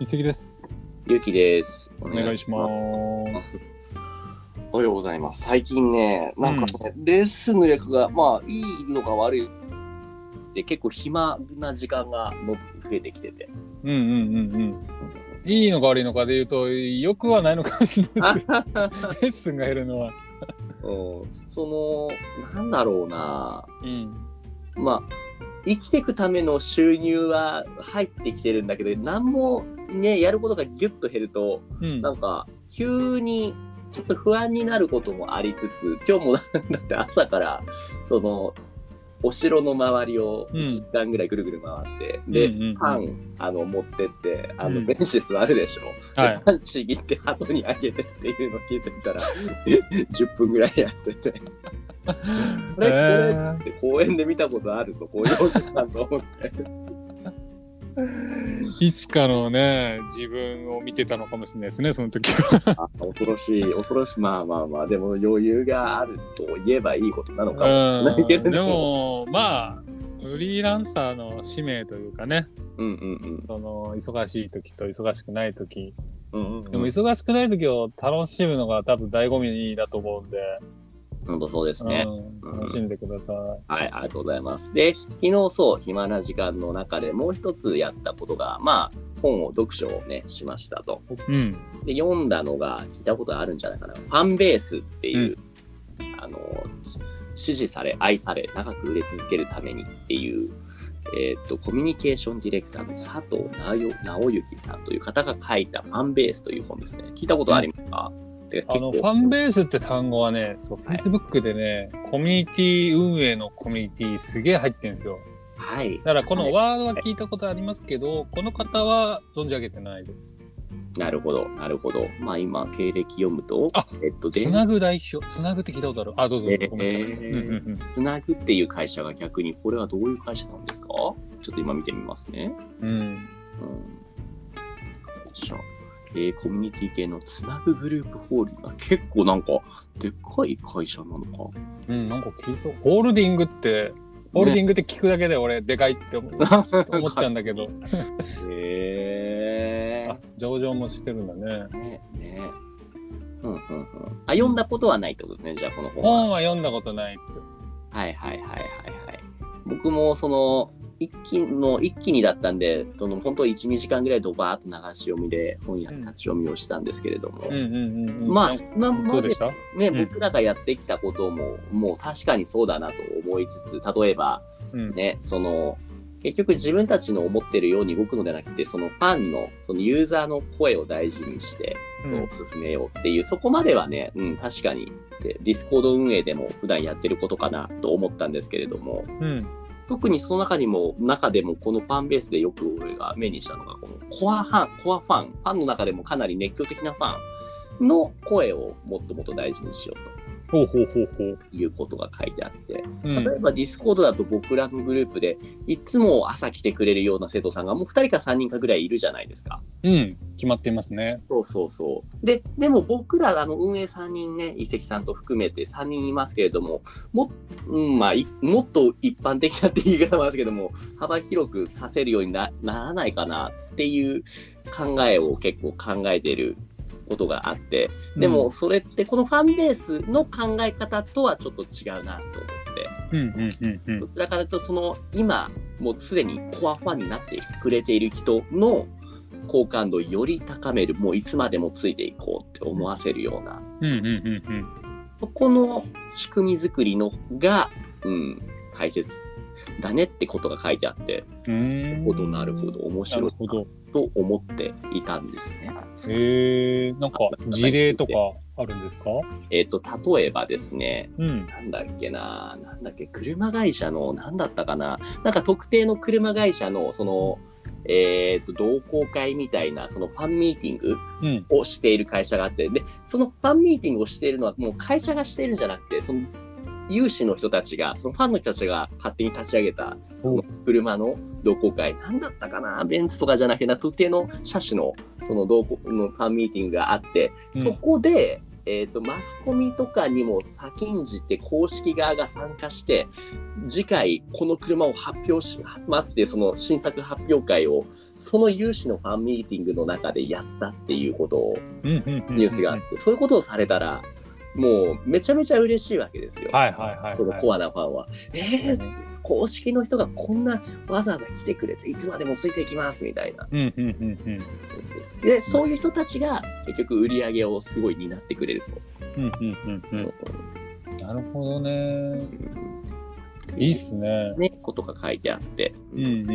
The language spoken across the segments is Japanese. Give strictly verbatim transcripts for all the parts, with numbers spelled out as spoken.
一石です。 ゆうきです。 お願いします。 おはようございます。最近ね、なんかね、うん、レッスンの役がまあいいのか悪いって結構暇な時間が増えてきてて。 うんうんうんうん。いいのか悪いのかで言うと良くはないのかもしれないですけど、レッスンが減るのは。 うん、そのなんだろうな。 うん、 まあ生きていくための収入は入ってきてるんだけど、何もねやることがギュッと減ると、うん、なんか急にちょっと不安になることもありつつ、今日もだって朝からそのお城の周りをいちじかんぐらいぐるぐる回って、うん、で、うんうんうん、パンあの持ってってあの、うん、ベンチ座るでしょ、はい、パンちぎって鳩にあげてっていうのを気づいたらじゅっぷんぐらいやっててこれ、えー、これって公園で見たことあるぞこういうおじさんと思っていつかのね自分を見てたのかもしれないですね、その時はあ恐ろしい恐ろしいまあまあまあでも余裕があると言えばいいことなのかもしれないけれども、 でもまあフリーランサーの使命というかね、 うんうんうん、 その忙しい時と忙しくない時、 うんうんうん、 でも忙しくない時を楽しむのが多分醍醐味だと思うんで、 本当そうですね、 うん、楽しんでください、うん、 はい、ありがとうございます。で、昨日そう暇な時間の中でもう一つやったことが、まあ本を読書をねしましたと、 うん、 で読んだのが聞いたことあるんじゃないかな、ファンベースっていう、うん、あの支持され愛され長く売れ続けるためにっていう、えー、とコミュニケーションディレクターの佐藤直之さんという方が書いたファンベースという本ですね。聞いたことありますか？うん、 あのファンベースって単語はね、そう、はい、Facebook でね、コミュニティ運営のコミュニティすげえ入ってるんですよ。 はい。 だからこのワードは聞いたことありますけど、はい、この方は存じ上げてないです。 なるほど、なるほど。まあ今経歴読むと、 あ、えっとつなぐ代表、つなぐって聞いたことある。あ、どうぞどうぞ。ごめんなさい。 つなぐっていう会社が逆にこれはどういう会社なんですか？ちょっと今見てみますね。 うん。うん、 会社。えー、コミュニティ系のつなぐグループホールディングが結構なんかでっかい会社なのか。 うん、なんか聞いた。ホールディングって、ホールディングって聞くだけで俺でかいって思っちゃうんだけど。 へえー。 あ、上場もしてるんだね。 ね、ね。うんうんうん。あ、読んだことはないってことね、じゃあこの本は。 本は読んだことないっす。 はいはいはいはいはい。僕もその、一気の一気にだったんで、その本当いち、にじかんぐらいドバーッと流し読みで本や立ち読みをしたんですけれども、 うんうんうんうん、 まあ今までね、 うん、 僕らがやってきたことももう確かにそうだなと思いつつ、例えば、うん、ね、その結局自分たちの思ってるように動くのではなくて、そのファンのそのユーザーの声を大事にしてそう進めようっていう、うん、そこまではね、うん、確かにでディスコード運営でも普段やってることかなと思ったんですけれども。 うん、 特にその中にも、中でもこのファンベースでよく俺が目にしたのが、このコアファン、コアファン、ファンの中でもかなり熱狂的なファンの声をもっともっと大事にしようと。 ほうほうほうほう。 いうことが書いてあって、うん、例えばディスコードだと僕らのグループでいつも朝来てくれるような生徒さんがもうふたりかさんにんかぐらいいるじゃないですか。 うん、決まっていますね。 そうそうそう。で、でも僕らあの運営さんにんね、一石さんと含めてさんにんいますけれども、も、うんまあ、もっと一般的なって言い方もあるんですけども、幅広くさせるように な, ならないかなっていう考えを結構考えてることがあって、でもそれってこのファンベースの考え方とはちょっと違うなと思って、 うんうんうんうん、 どちらかというとその今もうすでにコアファンになってくれている人の好感度をより高める、もういつまでもついていこうって思わせるような、 うんうんうんうん、 そこの仕組み作りのが、うん、大切だねってことが書いてあって、なるほどなるほど面白いなと思っていたんですね。 へえー、なんか事例とかあるんですか？ えっと例えばですね、 うん、 なんだっけな、なんだっけ車会社のなんだったかな、なんか特定の車会社のそのえっと同好会みたいなそのファンミーティングをしている会社があって、うん、でそのファンミーティングをしているのはもう会社がしているんじゃなくて、その有志の人たちが、そのファンの人たちが勝手に立ち上げたその車の同好会、なんだったかな、ベンツとかじゃなくてな、特定の車種のその同好のファンミーティングがあって、うん、そこで、えーと、マスコミとかにも先んじて公式側が参加して、次回この車を発表しますっていうその新作発表会をその有志のファンミーティングの中でやったっていうことをニュースがあって、そういうことをされたらもうめちゃめちゃ嬉しいわけですよ。 はいはいはい、はい、 このコアなファンは。えー、公式の人がこんなわざわざ来てくれていつまでもついていきますみたいな。 うんうんうんうん、 でそういう人たちが結局売り上げをすごい担ってくれると。 うんうんうんうん、なるほどね、うん、いいっすね。 ね、ことが書いてあって。 うんうんうん、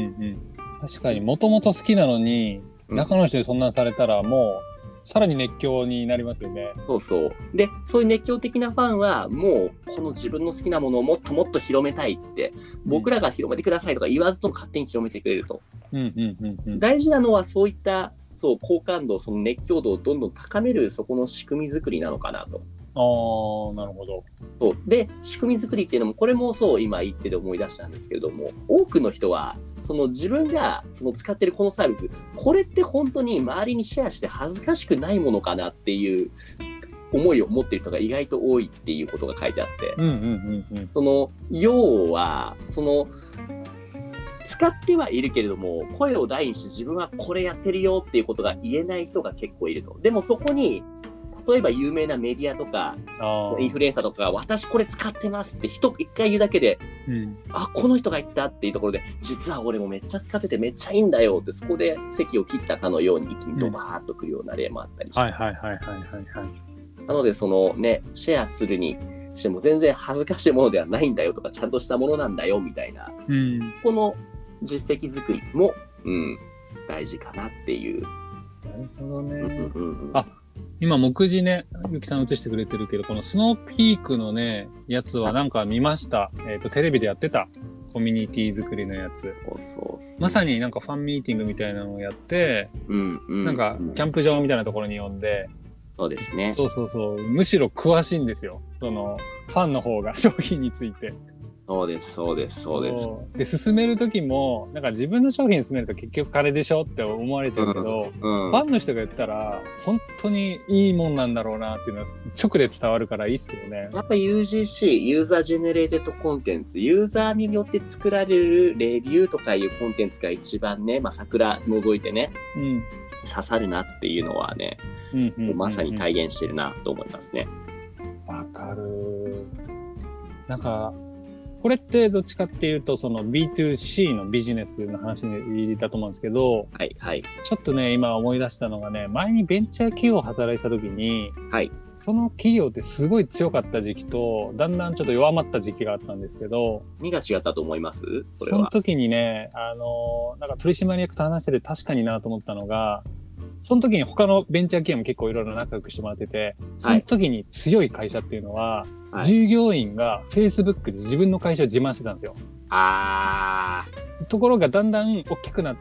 確かにもともと好きなのに、うん、中の人でそんなんされたらもうさらに熱狂になりますよね。 そうそう。で、そういう熱狂的なファンはもうこの自分の好きなものをもっともっと広めたいって、僕らが広めてくださいとか言わずとも勝手に広めてくれると。 うんうんうんうん、 大事なのはそういったそう好感度、その熱狂度をどんどん高めるそこの仕組み作りなのかなと。 あー、なるほど。 そうで、仕組み作りっていうのもこれもそう今言ってて思い出したんですけれども、多くの人はその自分がその使ってるこのサービス、これって本当に周りにシェアして恥ずかしくないものかなっていう思いを持っている人が意外と多いっていうことが書いてあって、 うんうんうんうん、 その要はその使ってはいるけれども声を大にして自分はこれやってるよっていうことが言えない人が結構いると。でもそこに例えば有名なメディアとかインフルエンサーとかが私これ使ってますって一回言うだけで、うん、あ、この人が言ったっていうところで実は俺もめっちゃ使っててめっちゃいいんだよって、そこで席を切ったかのように一気にドバーッとくるような例もあったりして、 はいはいはいはいはいはい。 なのでそのねシェアするにしても全然恥ずかしいものではないんだよとかちゃんとしたものなんだよみたいな、うん、この実績作りも、うん、大事かなっていう。なるほどね。うんうんうん、あ、今目次ね、ゆきさん映してくれてるけど、このスノーピークのねやつはなんか見ました。えっとテレビでやってたコミュニティ作りのやつ。そうそうそう、まさになんかファンミーティングみたいなのをやって、うんうん、なんかキャンプ場みたいなところに呼んで。 そうですね。 そうそうそう。むしろ詳しいんですよ。そのファンの方が商品について。 そうですそうですそうです。 で進める時もなんか自分の商品進めると結局彼でしょって思われちゃうけど、うんうん、ファンの人が言ったら本当にいいもんなんだろうなっていうのは直で伝わるからいいっすよね。 やっぱ ユージーシー ユーザージェネレーテッドコンテンツ、ユーザーによって作られるレビューとかいうコンテンツが一番ね、まあ桜除いてね、うん、刺さるなっていうのはね、うんうんうんうん、まさに体現してるなと思いますね。 わかる。なんかこれってどっちかっていうとその ビーツーシー のビジネスの話だと思うんですけど、 はいはい、 ちょっとね今思い出したのがね、前にベンチャー企業を働いてた時に、はい、その企業ってすごい強かった時期とだんだんちょっと弱まった時期があったんですけど、 何が違ったと思います？それは。 その時にね、あのなんか取締役と話してて確かになと思ったのが、その時に他のベンチャー企業も結構いろいろ仲良くしてもらってて、その時に強い会社っていうのは、はい、従業員が Facebook で自分の会社を自慢してたんですよ。 あー。ところがだんだん大きくなって、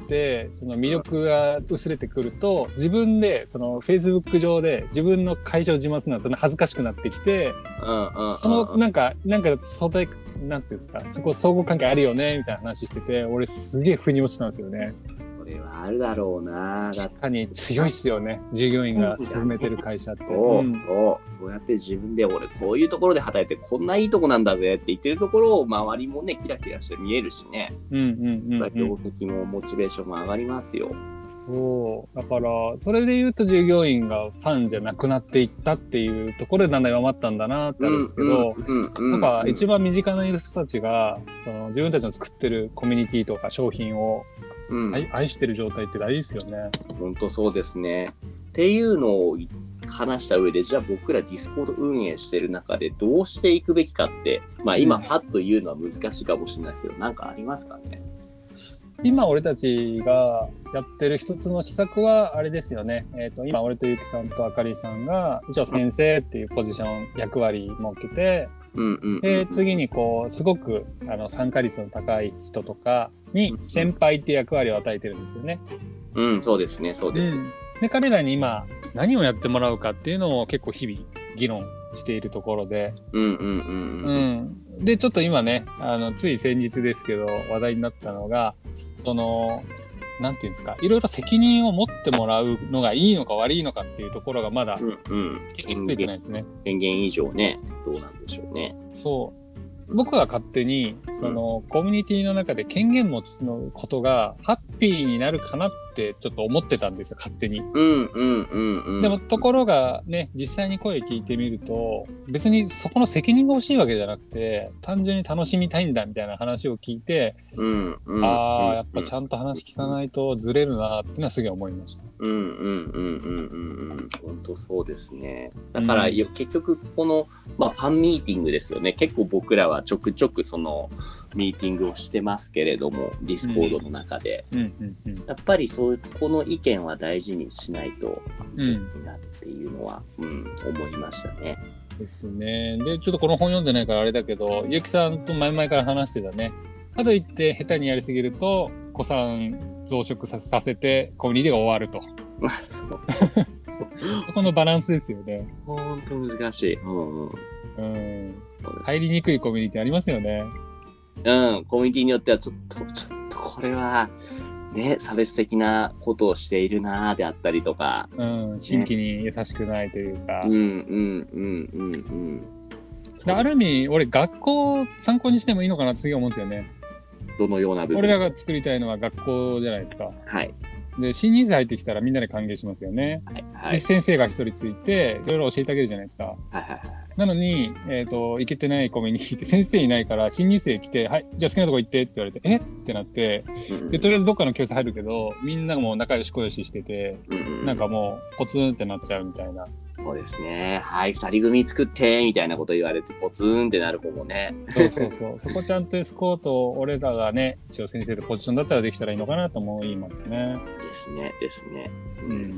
その魅力が薄れてくると、自分でその Facebook 上で自分の会社を自慢するのと恥ずかしくなってきて、そのなんか、なんか相対、なんていうんですか、そこ相互関係あるよね、みたいな話してて、俺すげえ腑に落ちたんですよね。 これはあるだろうな。 確かに強いっすよね、従業員が進めてる会社って。そう、 うん、そうそうやって自分で俺こういうところで働いてこんないいとこなんだぜって言ってるところを周りもねキラキラして見えるしね、うんうんうんうん、業績もモチベーションも上がりますよ。 そうだからそれで言うと従業員がファンじゃなくなっていったっていうところでだんだん弱まったんだなってあるんですけど、なんか一番身近な人たちがその自分たちの作ってるコミュニティとか商品をうん、愛, 愛してる状態って大事ですよね。 本当そうですね。っていうのを話した上で、じゃあ僕らディスコード運営してる中でどうしていくべきかって、まあ今パッと言うのは難しいかもしれないですけど、何、うん、かありますかね。 今俺たちがやってる一つの施策はあれですよね。えっと今俺とゆきさんとあかりさんが一応先生っていうポジション役割設けて。うんうんうんうん、で次にこうすごくあの参加率の高い人とかに先輩って役割を与えてるんですよね。 うん、うん、そうですね、そうです、うん。 で彼らに今何をやってもらうかっていうのを結構日々議論しているところで、うんうんうんうんうん、でちょっと今ねあのつい先日ですけど話題になったのがそのなんていうんですか、いろいろ責任を持ってもらうのがいいのか悪いのかっていうところがまだ決着ついてないですね。 権限以上ね、どうなんでしょうね。 そう。僕は勝手にその、うん、コミュニティの中で権限持つのことがハッピーになるかなっってちょっと思ってたんですよ勝手に。 うんうんうんうん。 でもところがね実際に声聞いてみると別にそこの責任が欲しいわけじゃなくて単純に楽しみたいんだみたいな話を聞いて、 うんうん、 ああやっぱちゃんと話聞かないとずれるなっていうのはすげえ思いました。 うんうんうんうんうんうん。本当そうですね。だから、うん、結局この、まあ、ファンミーティングですよね。結構僕らはちょくちょくそのミーティングをしてますけれども、ディスコードの中で、うんうんうんうん、やっぱりそういうこの意見は大事にしないといけないなっていうのは、うんうん、思いましたね。 ですね。でちょっとこの本読んでないからあれだけど、ゆきさんと前々から話してたね。かといって下手にやりすぎると子さん増殖ささせてコミュニティが終わると。そうそこのバランスですよね。 本当難しい。うんうん。 うん、入りにくいコミュニティありますよね。 うん、コミュニティによってはちょっとちょっとこれはね差別的なことをしているなであったりとか、 うん、新規に優しくないというか、 ね、うんうんうんうんうん。 ある意味俺学校を参考にしてもいいのかなって次思うんですよね。 どのような部分？ 俺らが作りたいのは学校じゃないですか。 はい。 で新入生入ってきたらみんなで歓迎しますよね。はいはい、で先生が一人ついていろいろ教えてあげるじゃないですか。はいはいはい、なのに、えーと、行けてないコミュニティって先生いないから新入生来て、はい、じゃあ好きなとこ行ってって言われて、えってなって、でとりあえずどっかの教室入るけどみんながもう仲良しこよししてて、うん、なんかもうポツンってなっちゃうみたいな。 そうですね。はい、二人組作ってみたいなこと言われてポツンってなる子もね。 そうそうそう。そこちゃんとエスコートを俺らがね、一応先生でポジションだったらできたらいいのかなと思いますね。 ですね、ですね。うんうんうんうん。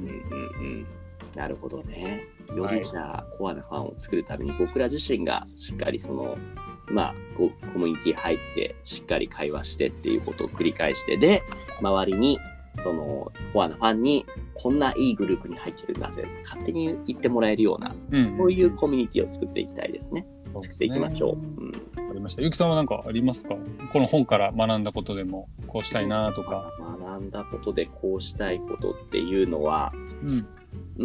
なるほどね。よりじゃあ、コアなファンを作るために僕ら自身がしっかりその、まあ、こうコミュニティ入ってしっかり会話してっていうことを繰り返して、で、周りにそのコアなファンにこんないいグループに入ってるんだぜって勝手に言ってもらえるような、うんうん、そういうコミュニティを作っていきたいですね。そうですね。作っていきましょう。うん、 ありました。ゆきさんは何かありますか？この本から学んだことでもこうしたいなとか。 学んだことでこうしたいことっていうのは、うん、うー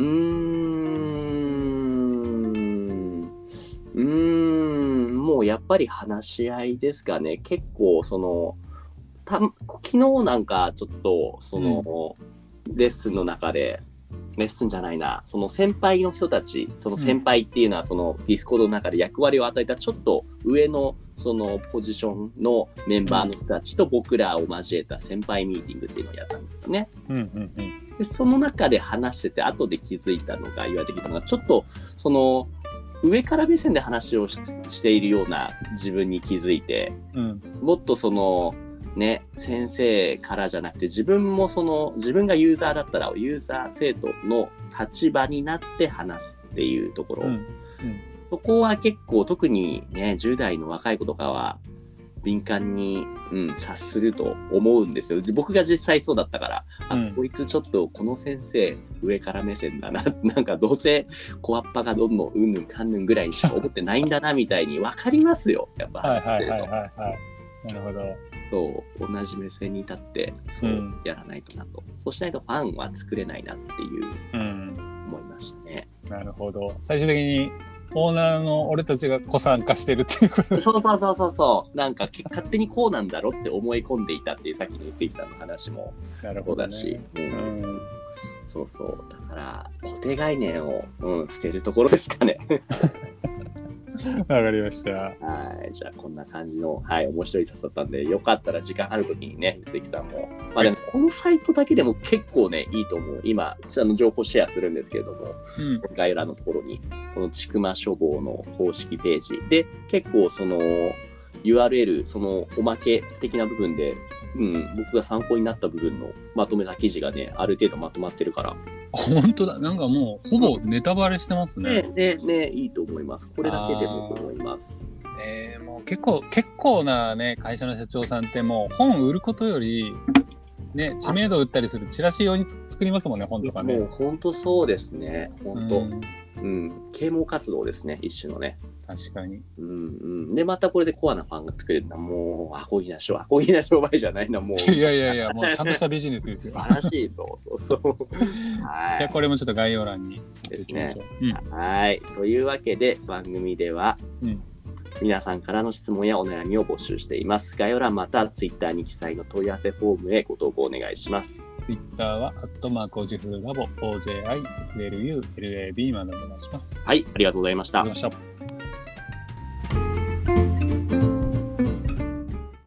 んうーんもうやっぱり話し合いですかね。結構そのた昨日なんかちょっとその、うん、レッスンの中でレッスンじゃないなその先輩の人たちその先輩っていうのはそのディスコードの中で役割を与えたちょっと上のそのポジションのメンバーの人たちと僕らを交えた先輩ミーティングっていうのをやったんですよね。うんうんうん、でその中で話してて後で気づいたのが言われてきたのがちょっとその上から目線で話を し, しているような自分に気づいて、うん、もっとそのね、先生からじゃなくて自分もその自分がユーザーだったらユーザー生徒の立場になって話すっていうところ、うんうん、そこは結構特にねじゅう代の若い子とかは敏感に、うん、察すると思うんですよ。僕が実際そうだったから、うん、あこいつちょっとこの先生上から目線だななんかどうせ小っぱがどんどんうんぬんかんぬんぐらいにしか思ってないんだなみたいに分かりますよやっぱ。 はいはいはいはいはいなるほど。 そう同じ目線に立ってそうやらないとなと、うん、そうしないとファンは作れないなっていう、うん、思いましたね。 なるほど。最終的にオーナーの俺たちが子参加してるっていうことです。 そうそうそうそうそうなんか勝手にこうなんだろって思い込んでいたっていうさっきの関さんの話もそうだし、ねうんうん、そうそうだから固定概念を、うん、捨てるところですかね。 わかりました。 はい、じゃあこんな感じの、はい、面白い冊だったんで、よかったら時間あるときにね、関さんも。まあでも、このサイトだけでも結構ね、いいと思う。今、あの情報シェアするんですけれども、うん、概要欄のところに、このちくま書房の公式ページで、結構その、ユーアールエル、そのおまけ的な部分で、うん、僕が参考になった部分のまとめた記事がね、ある程度まとまってるから。 本当だ。なんかもう、ほぼネタバレしてますね。 ね、ね、ね、いいと思います。これだけでもと思います。 えー、もう結構、結構なね、会社の社長さんってもう本売ることより、ね、知名度を売ったりするチラシ用に作りますもんね、本とかね。 もう本当そうですね。本当。うん、うん、啓蒙活動ですね、一種のね。 確かに。 うんうん。で、またこれでコアなファンが作れるのは、もう、アコギな商売、アコギな商売じゃないな、もう。 いやいやいや、もうちゃんとしたビジネスですよ。 素晴らしい、そうそうそう。 はい。じゃあ、これもちょっと概要欄に入れておきましょう。 ですね。うん、はい。というわけで、番組では、うん、 皆さんからの質問やお悩みを募集しています。概要欄またツイッターに記載の問い合わせフォームへご投稿お願いします。 ツイッターはアットマークオジフルラボ オージェーアイエフエルユーエルエービー までお願いします。 はい、ありがとうございました。 ありがとうございました。